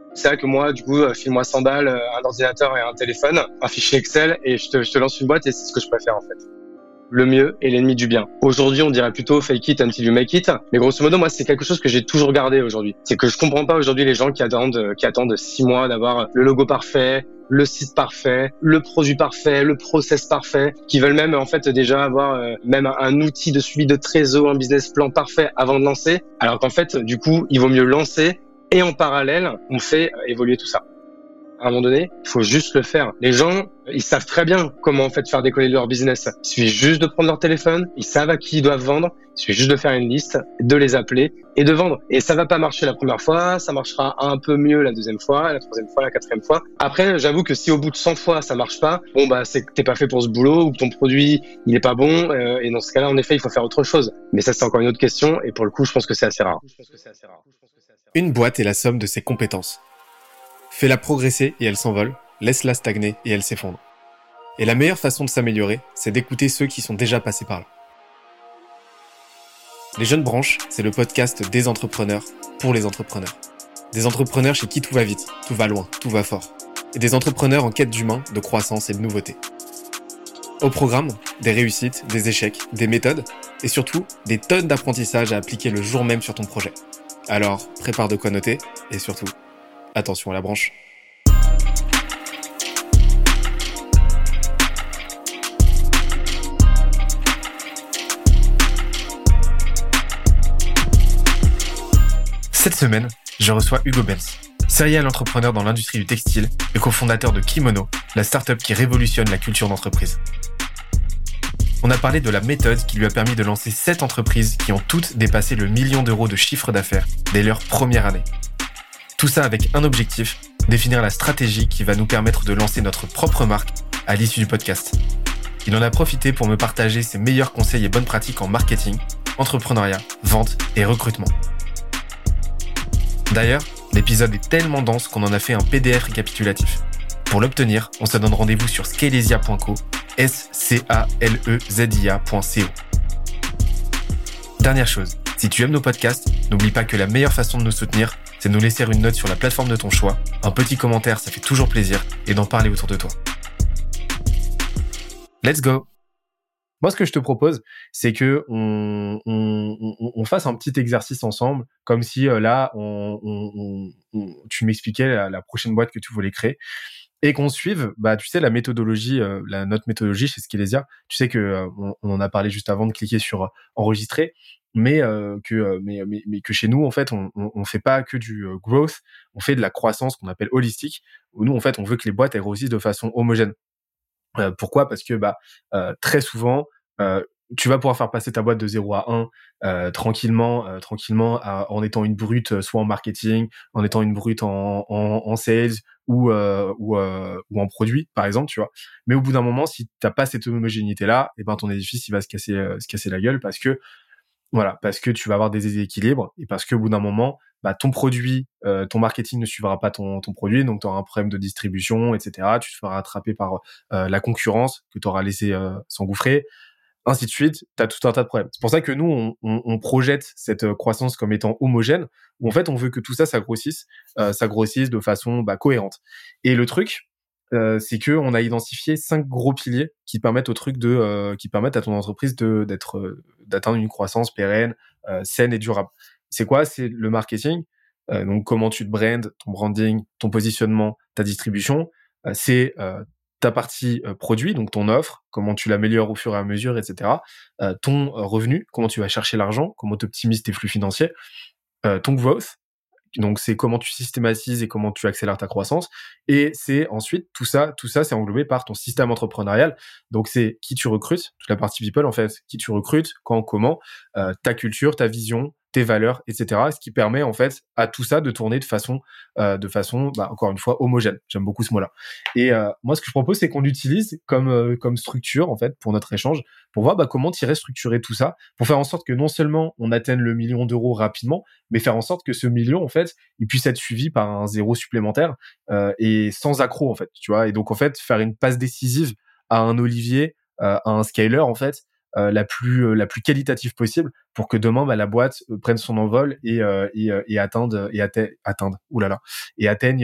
C'est vrai que moi, du coup, file-moi 100 balles, un ordinateur et un téléphone, un fichier Excel, et je te lance une boîte, et c'est ce que je préfère, en fait. Le mieux est l'ennemi du bien. Aujourd'hui, on dirait plutôt fake it until you make it. Mais grosso modo, moi, c'est quelque chose que j'ai toujours gardé aujourd'hui. C'est que je comprends pas aujourd'hui les gens qui attendent 6 mois d'avoir le logo parfait, le site parfait, le produit parfait, le process parfait, qui veulent même, en fait, déjà avoir même un outil de suivi de trésor, un business plan parfait avant de lancer. Alors qu'en fait, du coup, il vaut mieux lancer et en parallèle, on fait évoluer tout ça. À un moment donné, il faut juste le faire. Les gens, ils savent très bien comment en fait faire décoller leur business. Il suffit juste de prendre leur téléphone, ils savent à qui ils doivent vendre, il suffit juste de faire une liste, de les appeler et de vendre. Et ça va pas marcher la première fois, ça marchera un peu mieux la deuxième fois, la troisième fois, la quatrième fois. Après, j'avoue que si au bout de 100 fois ça marche pas, bon bah c'est que t'es pas fait pour ce boulot ou que ton produit il est pas bon. Et dans ce cas-là, en effet, il faut faire autre chose. Mais ça c'est encore une autre question et pour le coup, je pense que c'est assez rare. Une boîte est la somme de ses compétences. Fais-la progresser et elle s'envole, laisse-la stagner et elle s'effondre. Et la meilleure façon de s'améliorer, c'est d'écouter ceux qui sont déjà passés par là. Les Jeunes Branches, c'est le podcast des entrepreneurs pour les entrepreneurs. Des entrepreneurs chez qui tout va vite, tout va loin, tout va fort. Et des entrepreneurs en quête d'humain, de croissance et de nouveauté. Au programme, des réussites, des échecs, des méthodes et surtout des tonnes d'apprentissages à appliquer le jour même sur ton projet. Alors, prépare de quoi noter et surtout, attention à la branche. Cette semaine, je reçois Hugo Benz, serial entrepreneur dans l'industrie du textile et cofondateur de Kimono, la start-up qui révolutionne la culture d'entreprise. On a parlé de la méthode qui lui a permis de lancer 7 entreprises qui ont toutes dépassé le 1 million d'euros de chiffre d'affaires dès leur première année. Tout ça avec un objectif, définir la stratégie qui va nous permettre de lancer notre propre marque à l'issue du podcast. Il en a profité pour me partager ses meilleurs conseils et bonnes pratiques en marketing, entrepreneuriat, vente et recrutement. D'ailleurs, l'épisode est tellement dense qu'on en a fait un PDF récapitulatif. Pour l'obtenir, on se donne rendez-vous sur scalezia.co, scalezia.co. Dernière chose, si tu aimes nos podcasts, n'oublie pas que la meilleure façon de nous soutenir, c'est de nous laisser une note sur la plateforme de ton choix, un petit commentaire, ça fait toujours plaisir, et d'en parler autour de toi. Let's go! Moi, ce que je te propose, c'est que on fasse un petit exercice ensemble, comme si là, tu m'expliquais la prochaine boîte que tu voulais créer, et qu'on suive, tu sais, la méthodologie, notre méthodologie chez Scalezia. Tu sais que on en a parlé juste avant de cliquer sur enregistrer, mais que chez nous, en fait, on fait pas que du growth, on fait de la croissance qu'on appelle holistique. Où nous, en fait, on veut que les boîtes elles grossissent de façon homogène. Pourquoi ? Parce que très souvent, tu vas pouvoir faire passer ta boîte de 0 à 1 tranquillement, en étant une brute, soit en marketing, en étant une brute en sales ou en produit, par exemple, tu vois. Mais au bout d'un moment, si t'as pas cette homogénéité-là, ton édifice il va se casser la gueule parce que tu vas avoir des déséquilibres et parce qu'au bout d'un moment, ton produit, ton marketing ne suivra pas ton produit, donc tu auras un problème de distribution, etc. Tu te feras rattraper par la concurrence que tu auras laissé s'engouffrer, ainsi de suite. Tu as tout un tas de problèmes. C'est pour ça que nous, on projette cette croissance comme étant homogène, où en fait, on veut que tout ça, ça grossisse de façon cohérente. Et le truc, c'est que on a identifié 5 gros piliers qui permettent qui permettent à ton entreprise d'atteindre une croissance pérenne, saine et durable. C'est quoi ? C'est le marketing, donc comment tu te brandes, ton branding, ton positionnement, ta distribution. C'est ta partie produit, donc ton offre, comment tu l'améliores au fur et à mesure, etc. Ton revenu, comment tu vas chercher l'argent, comment tu optimises tes flux financiers. Ton growth, donc c'est comment tu systématises et comment tu accélères ta croissance. Et c'est ensuite tout ça c'est englobé par ton système entrepreneurial. Donc c'est qui tu recrutes, toute la partie people en fait, qui tu recrutes, quand, comment, ta culture, ta vision, tes valeurs, etc. Ce qui permet en fait à tout ça de tourner de façon encore une fois homogène. J'aime beaucoup ce mot-là. Et moi ce que je propose c'est qu'on l'utilise comme structure en fait pour notre échange, pour voir comment tirer structurer tout ça, pour faire en sorte que non seulement on atteigne le 1 million d'euros rapidement, mais faire en sorte que ce million en fait il puisse être suivi par un 0 supplémentaire et sans accroc en fait, tu vois. Et donc en fait faire une passe décisive à un Olivier, à un scaler en fait, la plus qualitative possible, pour que demain la boîte prenne son envol et atteigne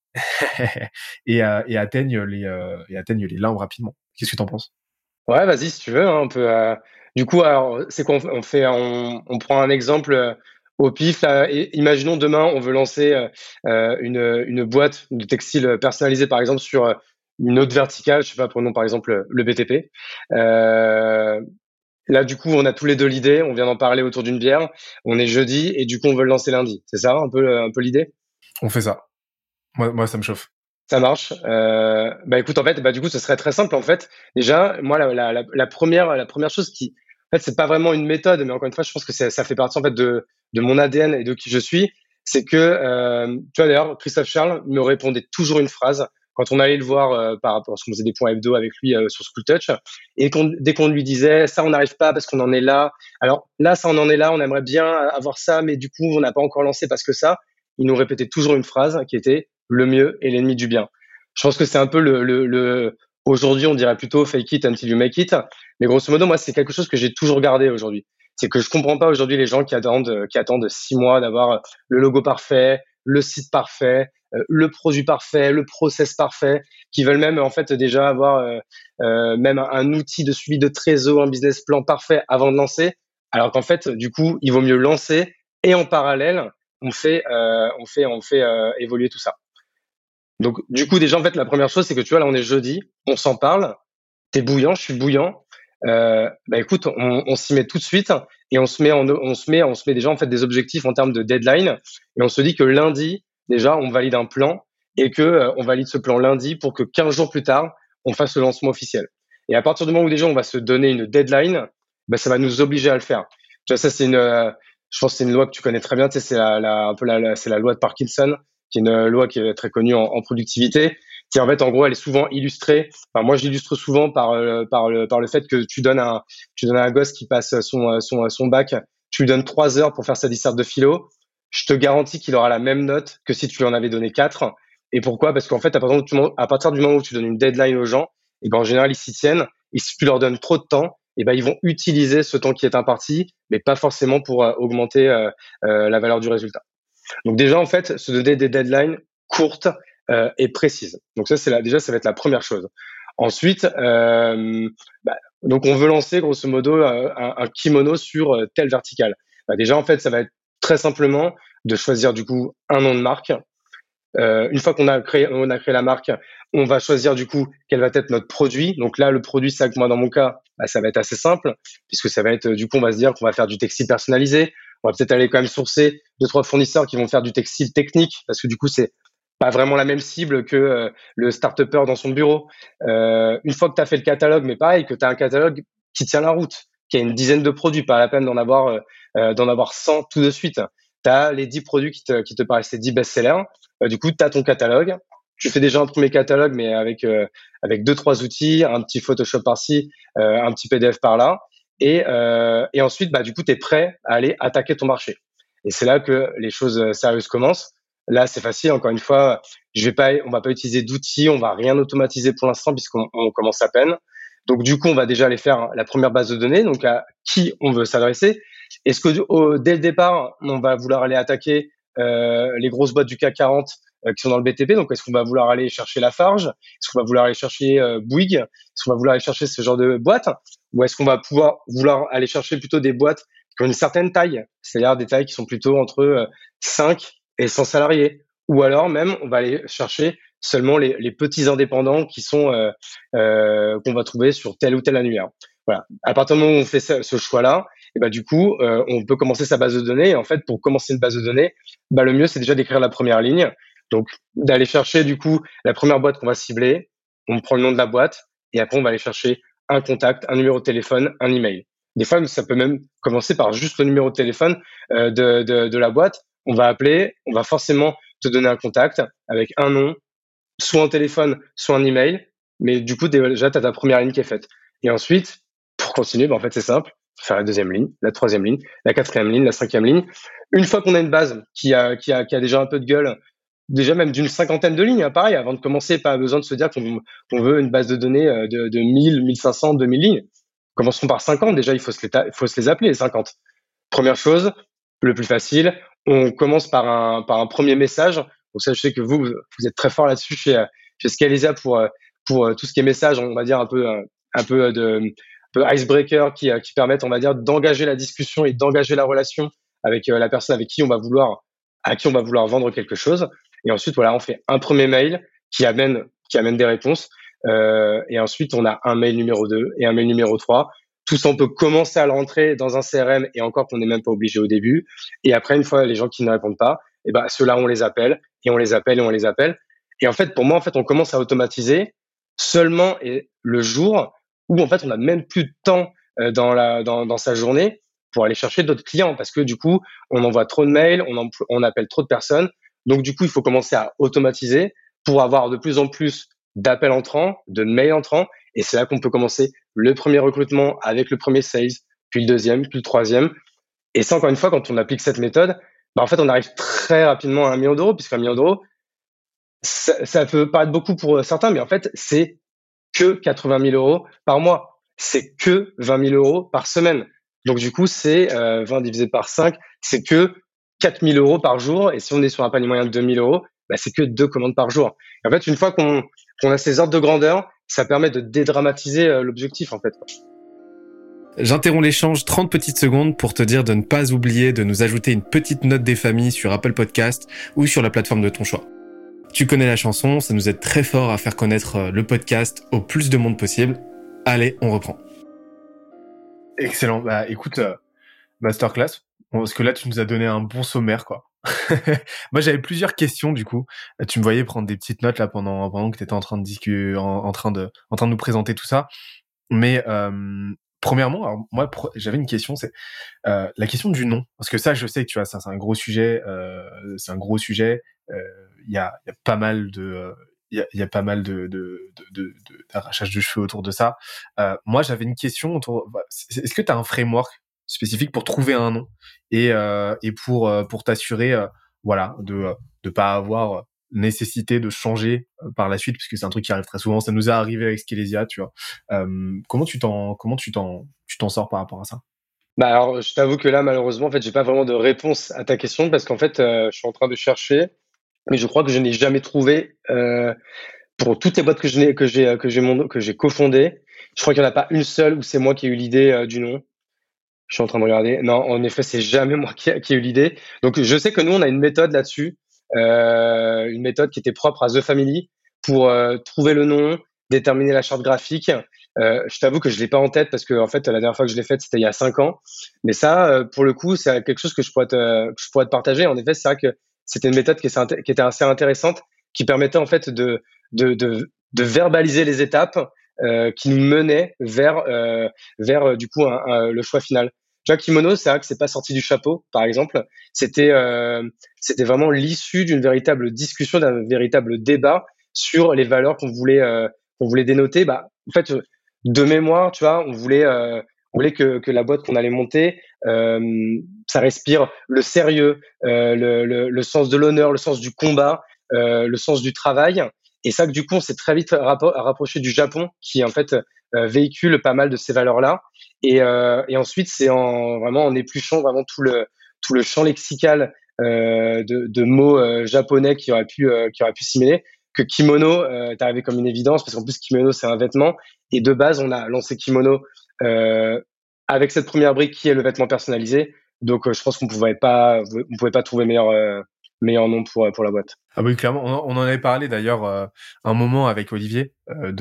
et atteigne les limbes rapidement. Qu'est-ce que t'en penses? Ouais, vas-y, si tu veux, hein, on peut. Du coup, alors, c'est quoi on prend un exemple au pif. Là, imaginons demain, on veut lancer une boîte de textile personnalisée, par exemple, sur une autre verticale. Je sais pas, prenons par exemple le BTP. Euh, Là, du coup, on a tous les deux l'idée. On vient d'en parler autour d'une bière. On est jeudi et du coup, on veut le lancer lundi. C'est ça, un peu l'idée? On fait ça. Moi, ça me chauffe. Ça marche. Bah écoute, en fait, bah du coup, ce serait très simple en fait. Déjà, moi, la première chose qui, en fait, c'est pas vraiment une méthode, mais encore une fois, je pense que ça fait partie en fait de mon ADN et de qui je suis. C'est que, tu vois d'ailleurs, Christophe Charles me répondait toujours une phrase quand on allait le voir par rapport à ce qu'on faisait des points hebdo avec lui sur School Touch, et dès qu'on lui disait ça, on n'arrive pas parce qu'on en est là. Alors là, ça, on en est là, on aimerait bien avoir ça, mais du coup, on n'a pas encore lancé parce que ça. Il nous répétait toujours une phrase qui était le mieux est l'ennemi du bien. Je pense que c'est un peu aujourd'hui, on dirait plutôt fake it until you make it. Mais grosso modo, moi, c'est quelque chose que j'ai toujours gardé aujourd'hui. C'est que je comprends pas aujourd'hui les gens qui attendent 6 mois d'avoir le logo parfait, le site parfait, le produit parfait, le process parfait, qui veulent même, en fait, déjà avoir, même un outil de suivi de trésor, un business plan parfait avant de lancer. Alors qu'en fait, du coup, il vaut mieux lancer et en parallèle, on fait évoluer tout ça. Donc, du coup, déjà, en fait, la première chose, c'est que tu vois, là, on est jeudi, on s'en parle, t'es bouillant, je suis bouillant. Bah écoute, on s'y met tout de suite et on se met déjà en fait des objectifs en termes de deadline et on se dit que lundi, déjà, on valide un plan et que on valide ce plan lundi pour que 15 jours plus tard, on fasse le lancement officiel. Et à partir du moment où déjà on va se donner une deadline, bah ça va nous obliger à le faire. Tu vois, ça c'est je pense que c'est une loi que tu connais très bien. Tu sais, c'est un peu c'est la loi de Parkinson, qui est une loi qui est très connue en productivité. Qui en fait, en gros, elle est souvent illustrée. Enfin, moi, je l'illustre souvent par le fait que tu donnes à un gosse qui passe son bac, tu lui donnes 3 heures pour faire sa disserte de philo. Je te garantis qu'il aura la même note que si tu lui en avais donné 4. Et pourquoi? Parce qu'en fait, à partir du moment où tu donnes une deadline aux gens, et ben, en général, ils s'y tiennent. Et si tu leur donnes trop de temps, et ben, ils vont utiliser ce temps qui est imparti, mais pas forcément pour augmenter la valeur du résultat. Donc déjà, en fait, se donner des deadlines courtes et précises. Donc ça, déjà, ça va être la première chose. Ensuite, donc on veut lancer grosso modo un kimono sur telle verticale. Bah, déjà, en fait, ça va être très simplement de choisir du coup un nom de marque. Une fois qu'on a créé la marque, on va choisir du coup quel va être notre produit. Donc là, le produit, c'est que moi dans mon cas, bah, ça va être assez simple puisque ça va être du coup, on va se dire qu'on va faire du textile personnalisé. On va peut-être aller quand même sourcer 2, 3 fournisseurs qui vont faire du textile technique parce que du coup, c'est pas vraiment la même cible que le start-upper dans son bureau. Une fois que tu as fait le catalogue, mais pareil, que tu as un catalogue qui tient la route, qui a une dizaine de produits, pas la peine d'en avoir 100 tout de suite. Tu as les 10 produits qui te paraissent les 10 best-sellers. Du coup, tu as ton catalogue. Tu fais déjà un premier catalogue, mais avec 2, 3 outils, un petit Photoshop par-ci, un petit PDF par-là. Et ensuite, bah, du coup, tu es prêt à aller attaquer ton marché. Et c'est là que les choses sérieuses commencent. Là, c'est facile. Encore une fois, on va pas utiliser d'outils, on va rien automatiser pour l'instant puisqu'on commence à peine. Donc, du coup, on va déjà aller faire la première base de données. Donc, à qui on veut s'adresser. Est-ce que dès le départ, on va vouloir aller attaquer les grosses boîtes du CAC 40 qui sont dans le BTP? Donc, est-ce qu'on va vouloir aller chercher Lafarge? Est-ce qu'on va vouloir aller chercher Bouygues? Est-ce qu'on va vouloir aller chercher ce genre de boîtes? Ou est-ce qu'on va vouloir aller chercher plutôt des boîtes qui ont une certaine taille, c'est-à-dire des tailles qui sont plutôt entre 5 et 100 salariés? Ou alors même, on va aller chercher seulement les petits indépendants qui sont qu'on va trouver sur tel ou tel annuaire. Voilà. À partir du moment où on fait ce choix-là, et bah, du coup, on peut commencer sa base de données. Et en fait, pour commencer une base de données, bah, le mieux, c'est déjà d'écrire la première ligne. Donc, d'aller chercher, du coup, la première boîte qu'on va cibler. On prend le nom de la boîte et après, on va aller chercher un contact, un numéro de téléphone, un email. Des fois, ça peut même commencer par juste le numéro de téléphone de la boîte. On va appeler, on va forcément te donner un contact avec un nom, soit un téléphone, soit un email. Mais du coup, déjà, tu as ta première ligne qui est faite. Et ensuite, pour continuer, bah, en fait, c'est simple. Faire la deuxième ligne, la troisième ligne, la quatrième ligne, la cinquième ligne. Une fois qu'on a une base qui a déjà un peu de gueule, déjà même d'une cinquantaine de lignes, hein, pareil, avant de commencer, pas besoin de se dire qu'on veut une base de données de 1000, 1500, 2000 lignes. Commençons par 50, déjà, il faut se les appeler, les 50. Première chose, le plus facile, on commence par un premier message. Donc ça, je sais que vous êtes très fort là-dessus chez Scalisia pour tout ce qui est message, on va dire un peu un peu icebreaker qui permettent, on va dire, d'engager la discussion et d'engager la relation avec la personne à qui on va vouloir vendre quelque chose. Et ensuite, voilà, on fait un premier mail qui amène des réponses. Et ensuite, on a un mail numéro 2 et un mail numéro 3. Tout ça, on peut commencer à le rentrer dans un CRM et encore qu'on n'est même pas obligé au début. Et après, une fois les gens qui ne répondent pas, et ben, ceux-là, on les appelle et on les appelle et on les appelle. Et en fait, pour moi, en fait, on commence à automatiser seulement et le jour où, en fait, on n'a même plus de temps dans sa journée pour aller chercher d'autres clients parce que du coup, on envoie trop de mails, on appelle trop de personnes. Donc, du coup, il faut commencer à automatiser pour avoir de plus en plus d'appels entrants, de mails entrants. Et c'est là qu'on peut commencer le premier recrutement avec le premier sales, puis le deuxième, puis le troisième. Et ça, encore une fois, quand on applique cette méthode, bah, en fait, on arrive très rapidement à 1 million d'euros, puisqu'un million d'euros, ça peut paraître beaucoup pour certains, mais en fait, c'est que 80 000 euros par mois. C'est que 20 000 euros par semaine. Donc, du coup, c'est 20 divisé par 5, c'est que 4 000 euros par jour. Et si on est sur un panier moyen de 2 000 euros, bah, c'est que 2 commandes par jour. Et en fait, une fois qu'on a ces ordres de grandeur, ça permet de dédramatiser l'objectif, en fait. J'interromps l'échange 30 petites secondes pour te dire de ne pas oublier de nous ajouter une petite note des familles sur Apple Podcast ou sur la plateforme de ton choix. Tu connais la chanson, ça nous aide très fort à faire connaître le podcast au plus de monde possible. Allez, on reprend. Excellent. Bah, écoute, masterclass. Parce que là, tu nous as donné un bon sommaire, quoi. Moi, j'avais plusieurs questions, du coup. Tu me voyais prendre des petites notes, là, pendant que t'étais en train de discuter, en train de nous présenter tout ça. Mais, premièrement, alors, moi, j'avais une question, c'est, la question du nom. Parce que ça, je sais que, tu vois, ça, c'est un gros sujet, il y a pas mal de, il y a pas mal d'arrachage de cheveux autour de ça. Moi, j'avais une question autour, est-ce que tu as un framework spécifique pour trouver un nom et pour t'assurer, voilà, de pas avoir nécessité de changer par la suite, parce que c'est un truc qui arrive très souvent. Ça nous est arrivé avec Scalisia, tu vois. Comment tu t'en sors par rapport à ça? Bah alors, je t'avoue que là, malheureusement, en fait, j'ai pas vraiment de réponse à ta question parce qu'en fait, je suis en train de chercher, mais je crois que je n'ai jamais trouvé pour toutes les boîtes que j'ai cofondées. Je crois qu'il y en a pas une seule où c'est moi qui ai eu l'idée du nom. Je suis en train de regarder. Non, en effet, c'est jamais moi qui ai eu l'idée. Donc, je sais que nous, on a une méthode là-dessus, une méthode qui était propre à The Family pour trouver le nom, déterminer la charte graphique. Je t'avoue que je l'ai pas en tête parce que en fait, la dernière fois que je l'ai faite, c'était il y a 5 ans. Mais ça, pour le coup, c'est quelque chose que je pourrais te partager. En effet, c'est vrai que c'était une méthode qui était assez intéressante, qui permettait en fait de verbaliser les étapes qui nous menaient vers du coup le choix final. Tu vois, Kimono, c'est vrai que c'est pas sorti du chapeau, par exemple. C'était vraiment l'issue d'une véritable discussion, d'un véritable débat sur les valeurs qu'on voulait dénoter. Bah, en fait, de mémoire, tu vois, on voulait que la boîte qu'on allait monter, ça respire le sérieux, le sens de l'honneur, le sens du combat, le sens du travail. Et ça, que du coup, on s'est très vite rapproché du Japon, qui en fait véhicule pas mal de ces valeurs-là. Et ensuite, c'est vraiment en épluchant vraiment tout le champ lexical de mots japonais qui auraient pu s'y mêler, que kimono est arrivé comme une évidence, parce qu'en plus, kimono, c'est un vêtement. Et de base, on a lancé kimono euh, avec cette première brique qui est le vêtement personnalisé. Donc, je pense on pouvait pas trouver meilleur nom pour la boîte. Ah oui, clairement. On en avait parlé d'ailleurs un moment avec Olivier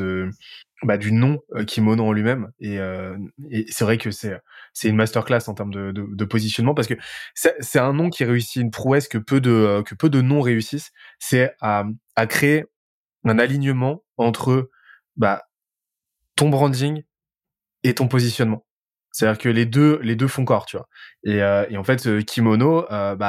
du nom Kimono en lui-même, et c'est vrai que c'est une masterclass en termes de positionnement, parce que c'est un nom qui réussit une prouesse que peu de noms réussissent. C'est à créer un alignement entre bah ton branding et ton positionnement. C'est-à-dire que les deux font corps, tu vois. Et en fait, Kimono,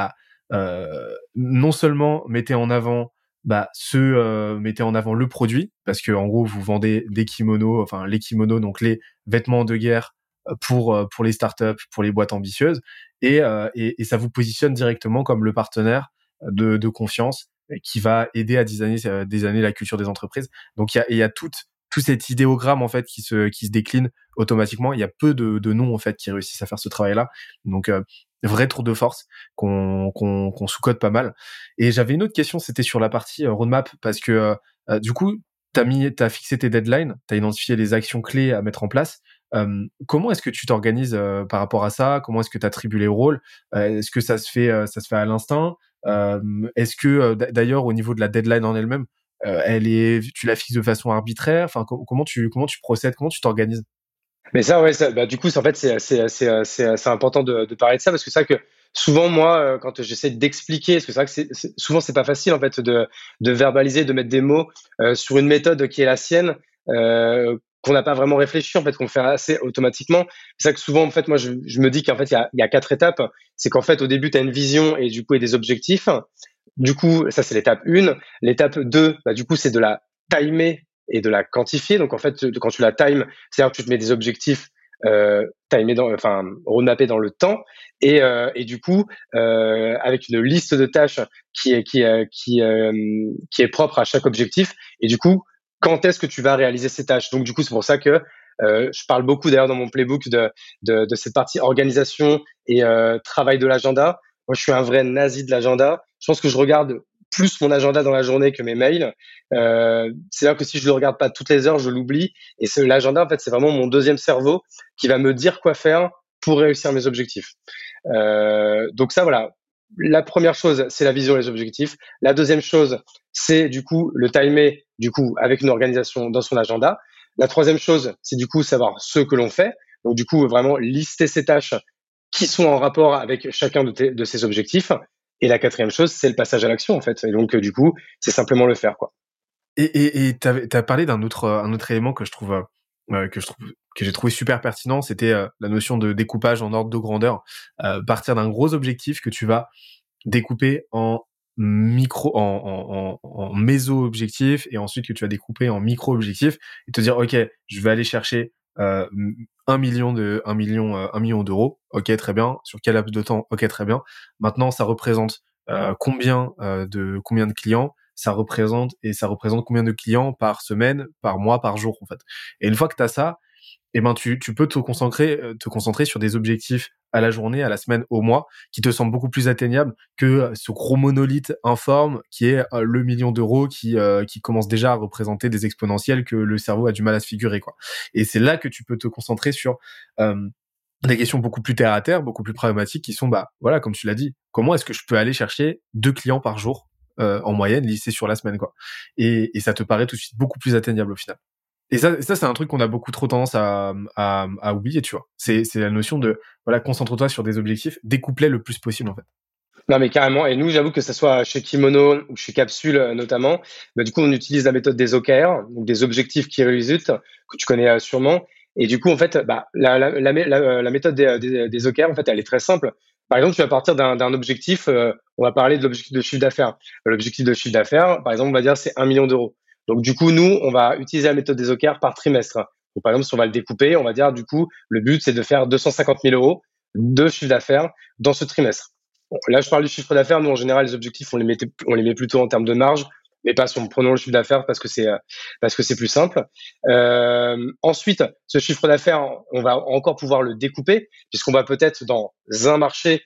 non seulement mettez en avant mettez en avant le produit, parce que en gros vous vendez des kimonos, enfin les kimonos, donc les vêtements de guerre pour les startups, pour les boîtes ambitieuses, et ça vous positionne directement comme le partenaire de confiance qui va aider à designer la culture des entreprises. Donc il y a tout cet idéogramme en fait qui se décline automatiquement. Il y a peu de noms en fait qui réussissent à faire ce travail-là. Donc vrai tour de force qu'on sous-cote pas mal. Et j'avais une autre question, c'était sur la partie roadmap, parce que du coup, t'as fixé tes deadlines, t'as identifié les actions clés à mettre en place. Comment est-ce que tu t'organises par rapport à ça? Comment est-ce que tu attribues les rôles? Est-ce que ça se fait à l'instinct? Est-ce que d'ailleurs au niveau de la deadline en elle-même, tu la fixes de façon arbitraire? Enfin, comment tu procèdes? Comment tu t'organises? Mais ça, ouais, ça, bah, du coup, en fait, c'est important de parler de ça parce que c'est vrai que souvent, moi, quand j'essaie d'expliquer, parce que c'est vrai que souvent, c'est pas facile, en fait, de verbaliser, de mettre des mots sur une méthode qui est la sienne, qu'on n'a pas vraiment réfléchi, en fait, qu'on fait assez automatiquement. C'est ça que souvent, en fait, moi, je me dis qu'en fait, il y a 4 étapes. C'est qu'en fait, au début, tu as une vision et du coup, et des objectifs. Du coup, ça, c'est l'étape 1. L'étape 2, bah, du coup, c'est de la timer et de la quantifier. Donc, en fait, quand tu la time, c'est-à-dire que tu te mets des objectifs roadmappés dans le temps, et du coup, avec une liste de tâches qui est propre à chaque objectif. Et du coup, quand est-ce que tu vas réaliser ces tâches? Donc, du coup, c'est pour ça que je parle beaucoup d'ailleurs dans mon playbook de cette partie organisation et travail de l'agenda. Moi, je suis un vrai nazi de l'agenda. Je pense que je regarde plus mon agenda dans la journée que mes mails. C'est-à-dire que si je le regarde pas toutes les heures, je l'oublie. Et l'agenda, en fait, c'est vraiment mon deuxième cerveau qui va me dire quoi faire pour réussir mes objectifs. Donc ça, voilà. La première chose, c'est la vision et les objectifs. La deuxième chose, c'est du coup le timer, du coup, avec une organisation dans son agenda. La troisième chose, c'est du coup savoir ce que l'on fait. Donc du coup, vraiment lister ses tâches qui sont en rapport avec chacun de ces objectifs. Et la quatrième chose, c'est le passage à l'action, en fait. Et donc, du coup, c'est simplement le faire, quoi. Et t'as parlé d'un un autre élément que j'ai trouvé super pertinent, c'était la notion de découpage en ordre de grandeur. Partir d'un gros objectif que tu vas découper en méso-objectifs et ensuite que tu vas découper en micro-objectifs et te dire, OK, je vais aller chercher 1 million d'euros. OK, très bien. Sur quel laps de temps? OK, très bien. Maintenant, ça représente combien de clients? Ça représente combien de clients par semaine, par mois, par jour, en fait. Et une fois que tu as ça, eh ben tu peux te concentrer sur des objectifs à la journée, à la semaine, au mois, qui te semblent beaucoup plus atteignables que ce gros monolithe informe qui est le million d'euros qui commence déjà à représenter des exponentiels que le cerveau a du mal à se figurer, quoi. Et c'est là que tu peux te concentrer sur des questions beaucoup plus terre à terre, beaucoup plus pragmatiques, qui sont, bah voilà, comme tu l'as dit, comment est-ce que je peux aller chercher 2 clients par jour en moyenne lissés sur la semaine, quoi. Et ça te paraît tout de suite beaucoup plus atteignable au final. Et ça, c'est un truc qu'on a beaucoup trop tendance à oublier, tu vois. C'est la notion de, voilà, concentre-toi sur des objectifs, découpe-les le plus possible, en fait. Non, mais carrément. Et nous, j'avoue que ce soit chez Kimono ou chez Capsule notamment, bah, du coup, on utilise la méthode des OKR, donc des objectifs qui résultent, que tu connais sûrement. Et du coup, en fait, bah, la méthode des OKR, en fait, elle est très simple. Par exemple, tu vas partir d'un objectif, on va parler de l'objectif de chiffre d'affaires. L'objectif de chiffre d'affaires, par exemple, on va dire c'est 1 million d'euros. Donc, du coup, nous, on va utiliser la méthode des OKR par trimestre. Donc, par exemple, si on va le découper, on va dire, du coup, le but, c'est de faire 250 000 euros de chiffre d'affaires dans ce trimestre. Bon, là, je parle du chiffre d'affaires. Nous, en général, les objectifs, on les met plutôt en termes de marge, mais pas en prenant le chiffre d'affaires parce que c'est plus simple. Ensuite, ce chiffre d'affaires, on va encore pouvoir le découper puisqu'on va peut-être dans un marché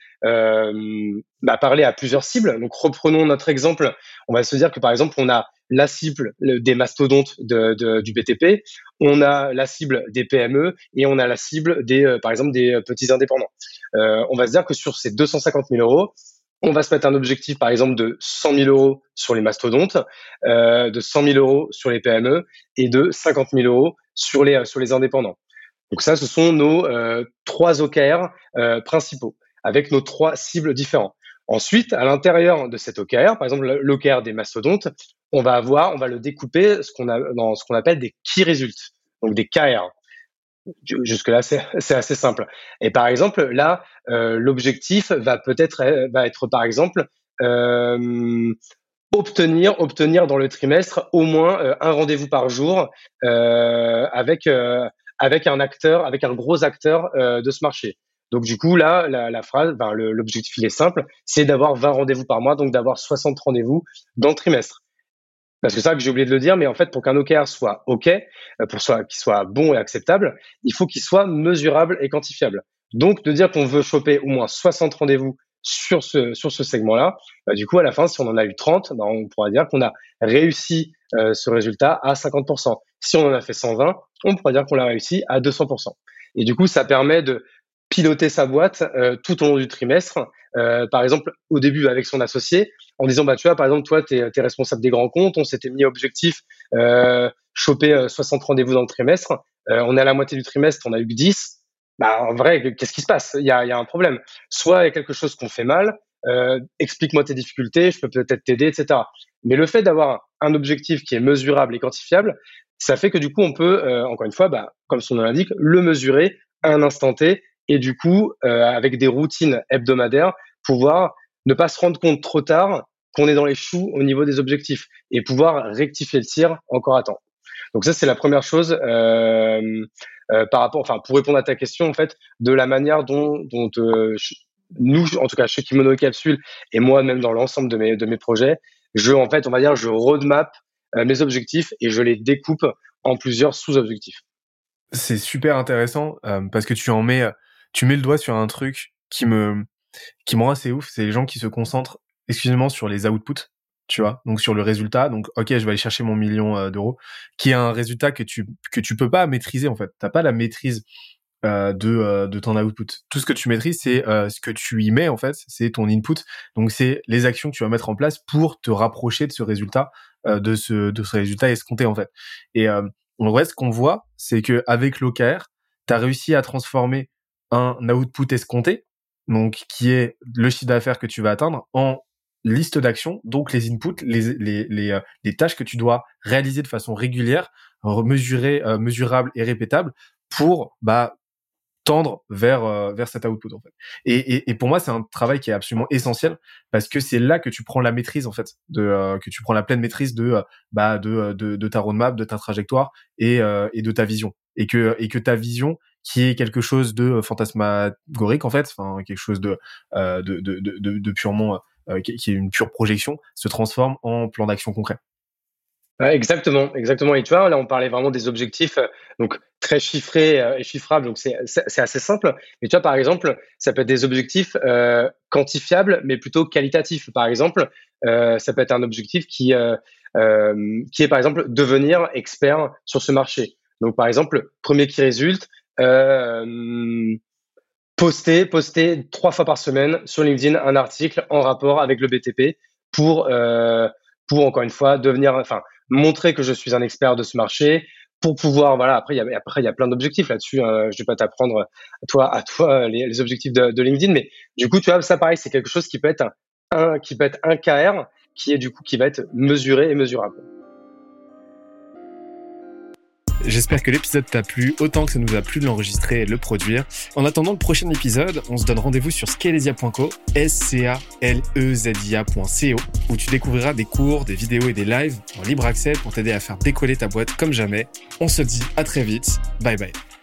parler à plusieurs cibles. Donc, reprenons notre exemple. On va se dire que par exemple, on a la cible des mastodontes du BTP, on a la cible des PME et on a la cible par exemple, des petits indépendants. On va se dire que sur ces 250 000 euros, on va se mettre un objectif, par exemple, de 100 000 euros sur les mastodontes, de 100 000 euros sur les PME et de 50 000 euros sur les indépendants. Donc ça, ce sont nos 3 OKR principaux, avec nos 3 cibles différentes. Ensuite, à l'intérieur de cet OKR, par exemple l'OKR des mastodontes, on va le découper dans ce qu'on appelle des key results, donc des KR. Jusque-là, c'est assez simple. Et par exemple, là, l'objectif va être par exemple obtenir dans le trimestre au moins un rendez-vous par jour avec un gros acteur de ce marché. Donc du coup, là, la phrase, l'objectif il est simple, c'est d'avoir 20 rendez-vous par mois, donc d'avoir 60 rendez-vous dans le trimestre. Parce que c'est ça que j'ai oublié de le dire, mais en fait, pour qu'un OKR soit OK, qu'il soit bon et acceptable, il faut qu'il soit mesurable et quantifiable. Donc, de dire qu'on veut choper au moins 60 rendez-vous sur ce segment-là, du coup, à la fin, si on en a eu 30, on pourra dire qu'on a réussi ce résultat à 50%. Si on en a fait 120, on pourra dire qu'on l'a réussi à 200%. Et du coup, ça permet de piloter sa boîte tout au long du trimestre. Par exemple, au début avec son associé, en disant, tu vois, par exemple, toi, t'es responsable des grands comptes, on s'était mis objectif choper 60 rendez-vous dans le trimestre. On est à la moitié du trimestre, on a eu que 10. En vrai, qu'est-ce qui se passe? Il y a un problème. Soit il y a quelque chose qu'on fait mal, explique-moi tes difficultés, je peux peut-être t'aider, etc. Mais le fait d'avoir un objectif qui est mesurable et quantifiable, ça fait que du coup, on peut, encore une fois, comme son nom l'indique, le mesurer à un instant T et du coup, avec des routines hebdomadaires, pouvoir ne pas se rendre compte trop tard qu'on est dans les choux au niveau des objectifs et pouvoir rectifier le tir encore à temps. Donc ça, c'est la première chose par rapport, pour répondre à ta question, en fait, de la manière dont nous, en tout cas chez Kimono Capsule et moi, même dans l'ensemble de mes projets, je roadmap mes objectifs et je les découpe en plusieurs sous-objectifs. C'est super intéressant parce que tu mets le doigt sur un truc qui me rend assez ouf, c'est les gens qui se concentrent exclusivement sur les outputs, tu vois, donc sur le résultat. Donc ok, je vais aller chercher mon million d'euros, qui est un résultat que tu peux pas maîtriser en fait. T'as pas la maîtrise de ton output. Tout ce que tu maîtrises, c'est ce que tu y mets en fait, c'est ton input. Donc c'est les actions que tu vas mettre en place pour te rapprocher de ce résultat, de ce résultat escompté en fait. Et en vrai, ce qu'on voit, c'est que avec l'OKR, t'as réussi à transformer un output escompté, donc qui est le chiffre d'affaires que tu vas atteindre, en liste d'actions, donc les inputs, les tâches que tu dois réaliser de façon régulière, mesurable et répétable pour tendre vers cet output en fait. Et pour moi, c'est un travail qui est absolument essentiel parce que c'est là que tu prends la maîtrise en fait, que tu prends la pleine maîtrise de ta roadmap, de ta trajectoire et de ta vision. Et que ta vision, qui est quelque chose de fantasmagorique en fait, quelque chose de purement qui est une pure projection, se transforme en plan d'action concret. Ouais, exactement. Et tu vois, là, on parlait vraiment des objectifs, donc très chiffrés et chiffrables, donc c'est assez simple. Mais tu vois, par exemple, ça peut être des objectifs quantifiables, mais plutôt qualitatifs. Par exemple, ça peut être un objectif qui est, par exemple, devenir expert sur ce marché. Donc, par exemple, premier qui résulte, poster 3 fois par semaine sur LinkedIn un article en rapport avec le BTP pour encore une fois montrer que je suis un expert de ce marché pour pouvoir après il y a plein d'objectifs là-dessus, je vais pas t'apprendre à toi les objectifs de LinkedIn, mais du coup tu vois, ça pareil, c'est quelque chose qui peut être un KR qui va être mesuré et mesurable. J'espère que l'épisode t'a plu autant que ça nous a plu de l'enregistrer et de le produire. En attendant le prochain épisode, on se donne rendez-vous sur scalezia.co, scalezia.co, où tu découvriras des cours, des vidéos et des lives en libre accès pour t'aider à faire décoller ta boîte comme jamais. On se dit à très vite. Bye bye.